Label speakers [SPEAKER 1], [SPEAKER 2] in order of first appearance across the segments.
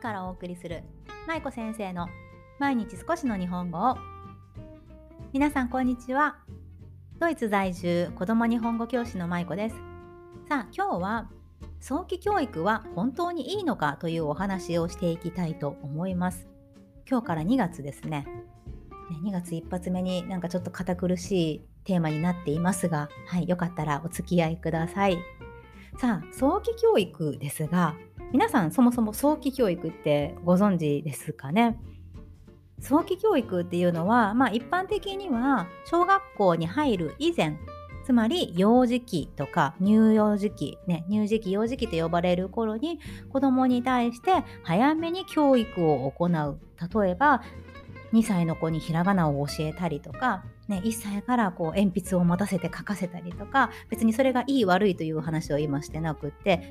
[SPEAKER 1] からお送りするまいこ先生の毎日少しの日本語を。皆さんこんにちは。ドイツ在住子供日本語教師のまいこです。さあ今日は早期教育は本当にいいのかというお話をしていきたいと思います。今日から2月ですね。2月一発目になんかちょっと堅苦しいテーマになっていますが、よかったらお付き合いください。さあ早期教育ですが、皆さんそもそも早期教育ってご存知ですかね。早期教育っていうのは、一般的には小学校に入る以前、つまり幼児期とか乳幼児期、乳児期幼児期と呼ばれる頃に子どもに対して早めに教育を行う。例えば2歳の子にひらがなを教えたりとか、1歳から鉛筆を持たせて書かせたりとか、別にそれがいい悪いという話を今してなくって、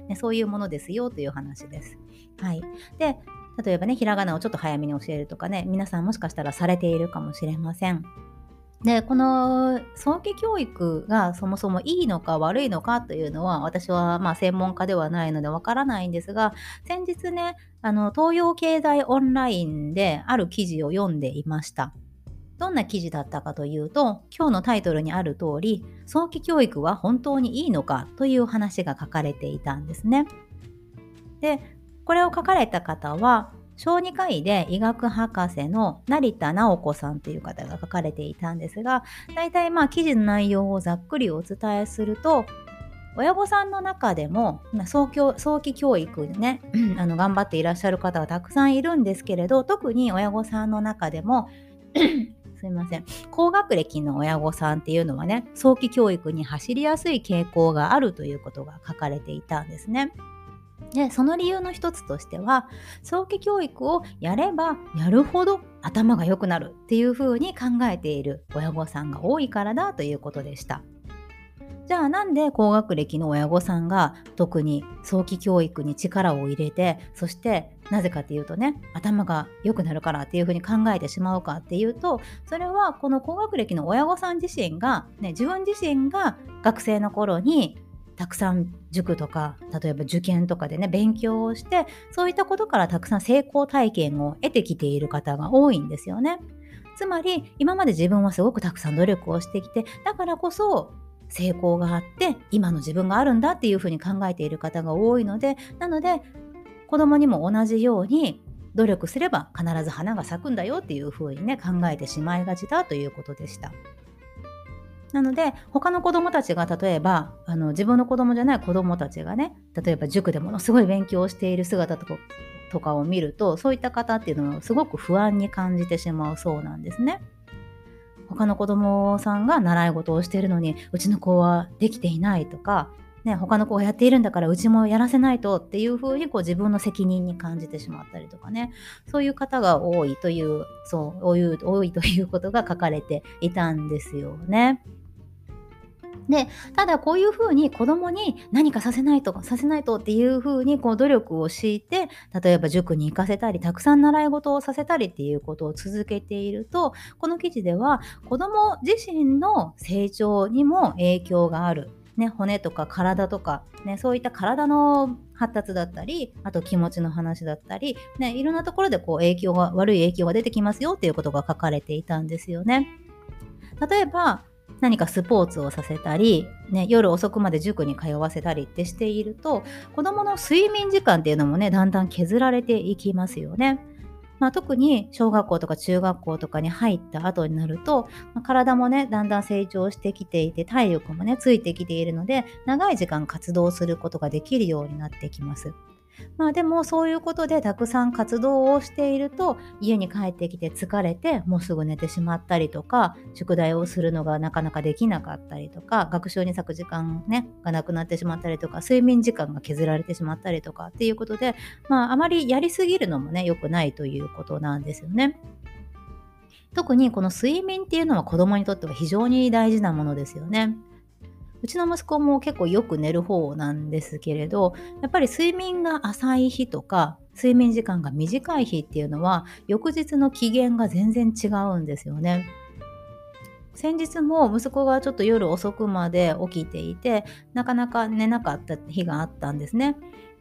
[SPEAKER 1] そういうものですよという話です。で、例えばひらがなをちょっと早めに教えるとか皆さんもしかしたらされているかもしれません。で、この早期教育がそもそもいいのか悪いのかというのは、私は専門家ではないのでわからないんですが、先日東洋経済オンラインである記事を読んでいました。どんな記事だったかというと、今日のタイトルにある通り、早期教育は本当にいいのかという話が書かれていたんですね。で、これを書かれた方は小児科医で医学博士の成田直子さんという方が書かれていたんですが、大体記事の内容をざっくりお伝えすると、親御さんの中でも早期教育に頑張っていらっしゃる方はたくさんいるんですけれど、特に親御さんの中でもすいません、高学歴の親御さんっていうのは早期教育に走りやすい傾向があるということが書かれていたんですね。で、その理由の一つとしては、早期教育をやればやるほど頭が良くなるっていうふうに考えている親御さんが多いからだということでした。じゃあなんで高学歴の親御さんが特に早期教育に力を入れて、そしてなぜかっていうと頭が良くなるからっていうふうに考えてしまうかっていうと、それはこの高学歴の親御さん自身が、自分自身が学生の頃にたくさん塾とか、例えば受験とかで勉強をして、そういったことからたくさん成功体験を得てきている方が多いんですよね。つまり今まで自分はすごくたくさん努力をしてきて、だからこそ成功があって今の自分があるんだっていうふうに考えている方が多いので、なので子供にも同じように努力すれば必ず花が咲くんだよっていうふうに考えてしまいがちだということでした。なので他の子どもたちが、例えば自分の子供じゃない子どもたちが例えば塾でものすごい勉強をしている姿とかを見ると、そういった方っていうのはすごく不安に感じてしまうそうなんですね。他の子どもさんが習い事をしているのにうちの子はできていないとか、他の子がやっているんだからうちもやらせないとっていうふうに自分の責任に感じてしまったりとかそういう方が多いという、多いということが書かれていたんですよね。で、ただこういうふうに子供に何かさせないとっていうふうに努力をして、例えば塾に行かせたり、たくさん習い事をさせたりっていうことを続けていると、この記事では子供自身の成長にも影響がある。骨とか体とか、そういった体の発達だったり、あと気持ちの話だったり、いろんなところで悪い影響が出てきますよっていうことが書かれていたんですよね。例えば何かスポーツをさせたり、夜遅くまで塾に通わせたりってしていると、子どもの睡眠時間っていうのもだんだん削られていきますよね。特に小学校とか中学校とかに入った後になると、体もだんだん成長してきていて、体力もついてきているので、長い時間活動することができるようになってきます。でもそういうことでたくさん活動をしていると、家に帰ってきて疲れてもうすぐ寝てしまったりとか、宿題をするのがなかなかできなかったりとか、学習に割く時間がなくなってしまったりとか、睡眠時間が削られてしまったりとかっていうことで、あまりやりすぎるのも良くないということなんですよね。特にこの睡眠っていうのは子供にとっては非常に大事なものですよね。うちの息子も結構よく寝る方なんですけれど、やっぱり睡眠が浅い日とか睡眠時間が短い日っていうのは翌日の機嫌が全然違うんですよね。先日も息子がちょっと夜遅くまで起きていて、なかなか寝なかった日があったんですね。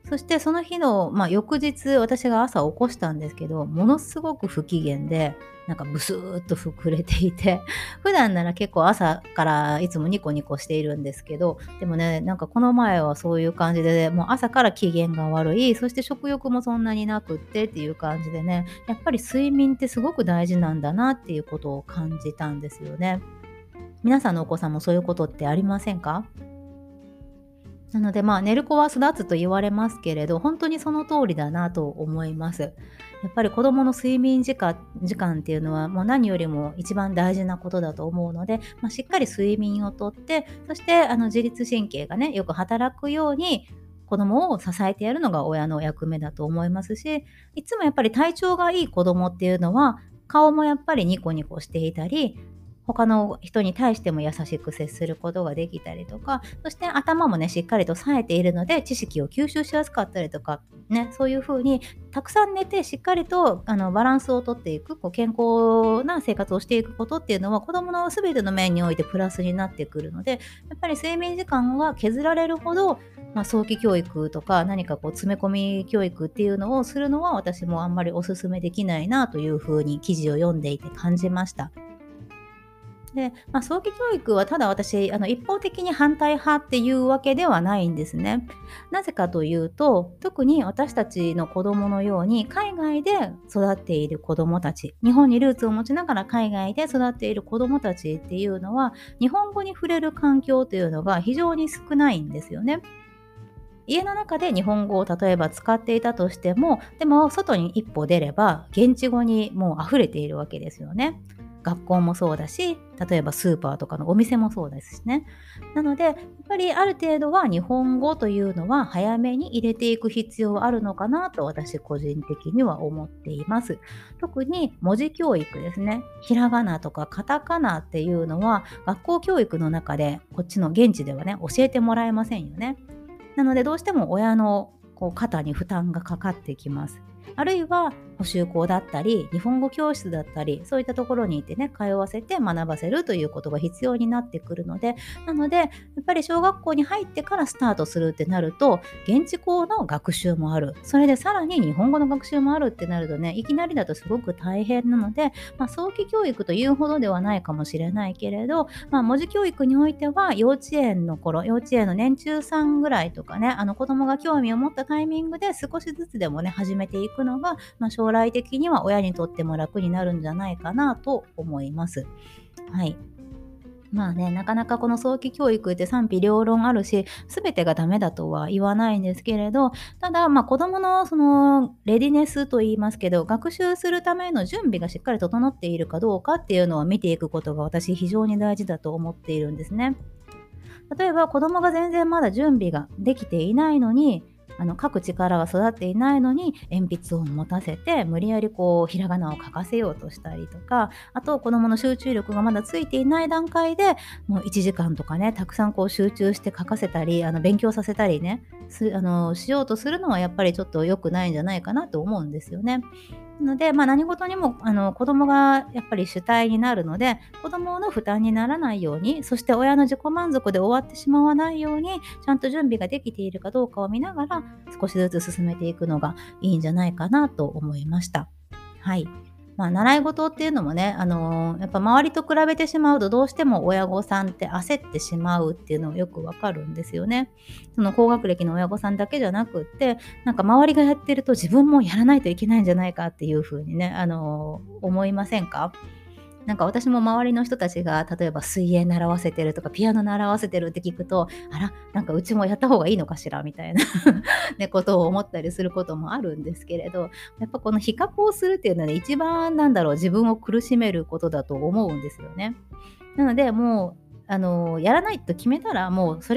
[SPEAKER 1] そしてその日の、翌日、私が朝起こしたんですけど、ものすごく不機嫌で、なんかブスーっと膨れていて、普段なら結構朝からいつもニコニコしているんですけど、でもね、なんかこの前はそういう感じで、もう朝から機嫌が悪い、そして食欲もそんなになくってっていう感じでね、やっぱり睡眠ってすごく大事なんだなっていうことを感じたんですよね。皆さんのお子さんもそういうことってありませんか？なので、寝る子は育つと言われますけれど、本当にその通りだなと思います。やっぱり子供の睡眠時間っていうのは、もう何よりも一番大事なことだと思うので、しっかり睡眠をとって、そして自律神経がね、よく働くように、子供を支えてやるのが親の役目だと思いますし、いつもやっぱり体調がいい子供っていうのは、顔もやっぱりニコニコしていたり、他の人に対しても優しく接することができたりとか、そして頭もね、しっかりと冴えているので、知識を吸収しやすかったりとか、ね、そういう風にたくさん寝てしっかりとバランスをとっていく、健康な生活をしていくことっていうのは、子供の全ての面においてプラスになってくるので、やっぱり睡眠時間が削られるほど、早期教育とか何か詰め込み教育っていうのをするのは、私もあんまりお勧めできないなという風に記事を読んでいて感じました。で、早期教育はただ私、一方的に反対派っていうわけではないんですね。なぜかというと、特に私たちの子供のように海外で育っている子供たち、日本にルーツを持ちながら海外で育っている子供たちっていうのは、日本語に触れる環境というのが非常に少ないんですよね。家の中で日本語を例えば使っていたとしても、でも外に一歩出れば現地語にもう溢れているわけですよね。学校もそうだし、例えばスーパーとかのお店もそうですしね。なので、やっぱりある程度は日本語というのは早めに入れていく必要はあるのかなと私個人的には思っています。特に文字教育ですね。ひらがなとかカタカナっていうのは学校教育の中でこっちの現地ではね、教えてもらえませんよね。なのでどうしても親の肩に負担がかかってきます。あるいは補習校だったり、日本語教室だったり、そういったところに行ってね、通わせて学ばせるということが必要になってくるので、なので、やっぱり小学校に入ってからスタートするってなると、現地校の学習もある。それでさらに日本語の学習もあるってなるとね、いきなりだとすごく大変なので、早期教育というほどではないかもしれないけれど、文字教育においては幼稚園の年中さんぐらいとかね、子供が興味を持ったタイミングで少しずつでもね、始めていくのが、将来的には親にとっても楽になるんじゃないかなと思います。はい。なかなかこの早期教育って賛否両論あるし、全てがダメだとは言わないんですけれど、ただ、子供のそのレディネスと言いますけど、学習するための準備がしっかり整っているかどうかっていうのを見ていくことが私非常に大事だと思っているんですね。例えば子供が全然まだ準備ができていないのに、書く力が育っていないのに鉛筆を持たせて無理やりひらがなを書かせようとしたりとか、あと子供の集中力がまだついていない段階でもう1時間とかね、たくさん集中して書かせたり勉強させたりね、しようとするのはやっぱりちょっと良くないんじゃないかなと思うんですよね。なので、何事にも子供がやっぱり主体になるので、子供の負担にならないように、そして親の自己満足で終わってしまわないように、ちゃんと準備ができているかどうかを見ながら、少しずつ進めていくのがいいんじゃないかなと思いました。はい。習い事っていうのもね、やっぱ周りと比べてしまうとどうしても親御さんって焦ってしまうっていうのをよくわかるんですよね。その高学歴の親御さんだけじゃなくって、なんか周りがやってると自分もやらないといけないんじゃないかっていう風にね、思いませんか？なんか私も周りの人たちが例えば水泳習わせてるとかピアノ習わせてるって聞くと、あら、なんかうちもやった方がいいのかしらみたいなね、ことを思ったりすることもあるんですけれど、やっぱこの比較をするっていうのはね、一番自分を苦しめることだと思うんですよね。なので、もうやらないと決めたら、もう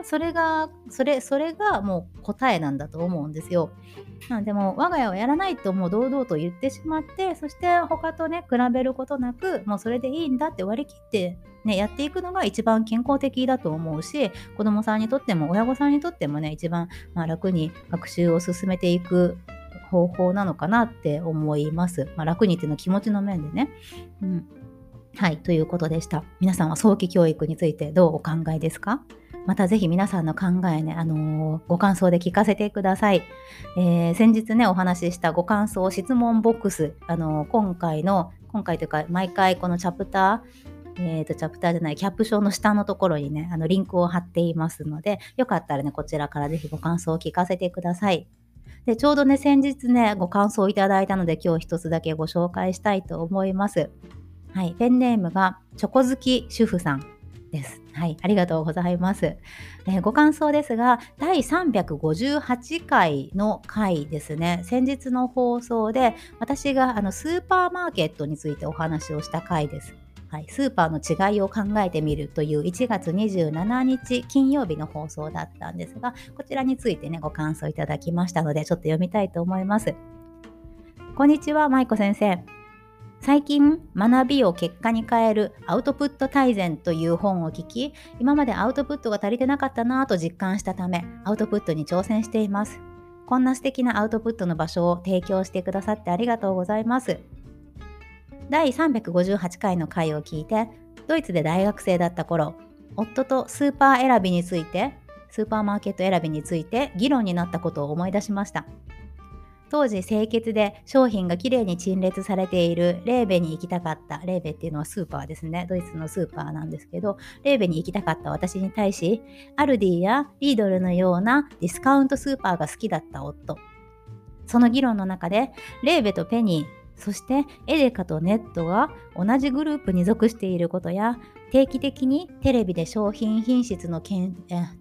[SPEAKER 1] それがもう答えなんだと思うんですよ。でも我が家はやらないともう堂々と言ってしまって、そして他とね、比べることなく、もうそれでいいんだって割り切って、ね、やっていくのが一番健康的だと思うし、子供さんにとっても親御さんにとってもね、一番、楽に学習を進めていく方法なのかなって思います。楽にっていうのは気持ちの面でね。はい、ということでした。皆さんは早期教育についてどうお考えですか？ またぜひ皆さんの考えね、ご感想で聞かせてください。先日ね、お話ししたご感想質問ボックス、今回というか毎回このチャプター、チャプターじゃないキャプションの下のところにね、リンクを貼っていますので、よかったらね、こちらからぜひご感想を聞かせてください。で、ちょうどね、先日ね、ご感想いただいたので、今日一つだけご紹介したいと思います。はい、ペンネームがチョコ好き主婦さんです。はい、ありがとうございます。ご感想ですが、第358回の回ですね。先日の放送で、私がスーパーマーケットについてお話をした回です。はい、スーパーの違いを考えてみるという1月27日金曜日の放送だったんですが、こちらについてね、ご感想いただきましたので、ちょっと読みたいと思います。こんにちは、舞子先生。最近、学びを結果に変えるアウトプット大全という本を聞き、今までアウトプットが足りてなかったなぁと実感したため、アウトプットに挑戦しています。こんな素敵なアウトプットの場所を提供してくださってありがとうございます。第358回の回を聞いて、ドイツで大学生だった頃、夫とスーパーマーケット選びについて議論になったことを思い出しました。当時清潔で商品がきれいに陳列されているレーベに行きたかった。レーベっていうのはスーパーですね。ドイツのスーパーなんですけど、レーベに行きたかった私に対し、アルディやリードルのようなディスカウントスーパーが好きだった夫。その議論の中で、レーベとペニー、そしてエデカとネットが同じグループに属していることや、定期的にテレビで商品品質の検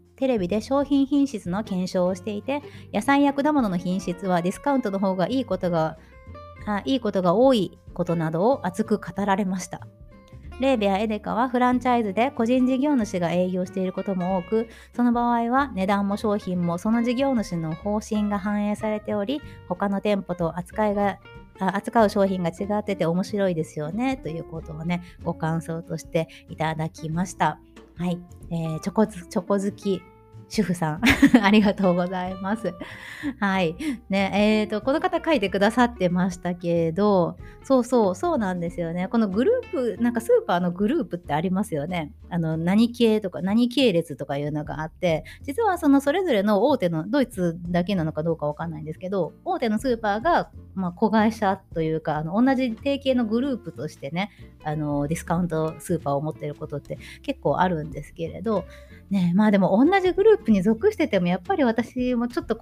[SPEAKER 1] 証をしていて、野菜や果物の品質はディスカウントの方がいいことが多いことなどを熱く語られました。レーベやエデカはフランチャイズで個人事業主が営業していることも多く、その場合は値段も商品もその事業主の方針が反映されており、他の店舗と扱う商品が違ってて面白いですよねということをね、ご感想としていただきました。はい、チョコ好き主婦さんありがとうございます。はいね、この方書いてくださってましたけど、そうなんですよね。このグループ、なんかスーパーのグループってありますよね。何系とか何系列とかいうのがあって、実はそれぞれの大手の、ドイツだけなのかどうかわかんないんですけど、大手のスーパーが、子会社というか、同じ提携のグループとしてね、ディスカウントスーパーを持っていることって結構あるんですけれど、ね、でも同じグループに属しててもやっぱり私もちょっと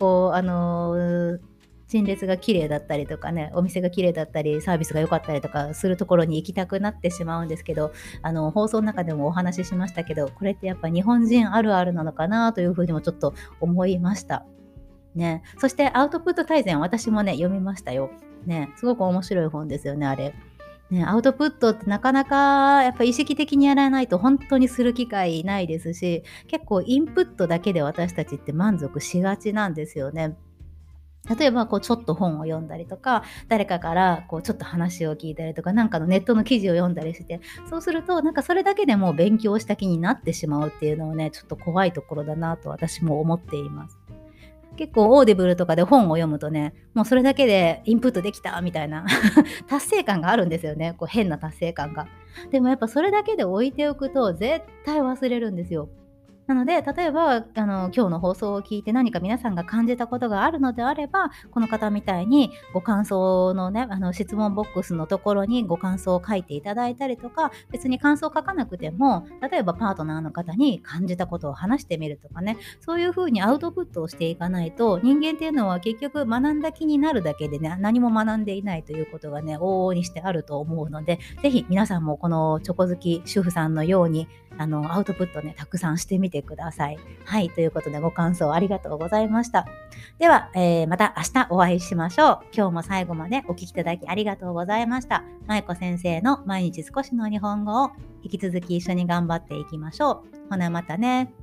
[SPEAKER 1] 陳列が綺麗だったりとかね、お店が綺麗だったりサービスが良かったりとかするところに行きたくなってしまうんですけど、放送の中でもお話ししましたけど、これってやっぱ日本人あるあるなのかなというふうにもちょっと思いましたね。そしてアウトプット大全、私もね読みましたよね。すごく面白い本ですよね、あれね。アウトプットってなかなかやっぱ意識的にやらないと本当にする機会ないですし、結構インプットだけで私たちって満足しがちなんですよね。例えばちょっと本を読んだりとか、誰かからちょっと話を聞いたりとか、なんかのネットの記事を読んだりして、そうするとなんかそれだけでもう勉強した気になってしまうっていうのをね、ちょっと怖いところだなと私も思っています。結構オーディブルとかで本を読むとね、もうそれだけでインプットできたみたいな達成感があるんですよね。変な達成感が。でもやっぱそれだけで置いておくと絶対忘れるんですよ。なので、例えば今日の放送を聞いて何か皆さんが感じたことがあるのであれば、この方みたいにご感想のね、質問ボックスのところにご感想を書いていただいたりとか、別に感想を書かなくても、例えばパートナーの方に感じたことを話してみるとかね、そういうふうにアウトプットをしていかないと、人間っていうのは結局学んだ気になるだけでね、何も学んでいないということがね、往々にしてあると思うので、ぜひ皆さんもこのチョコ好き主婦さんのようにアウトプットね、たくさんしてみてください。はい、ということでご感想ありがとうございました。では、また明日お会いしましょう。今日も最後までお聞きいただきありがとうございました。舞子先生の毎日少しの日本語を引き続き一緒に頑張っていきましょう。ほなまたね。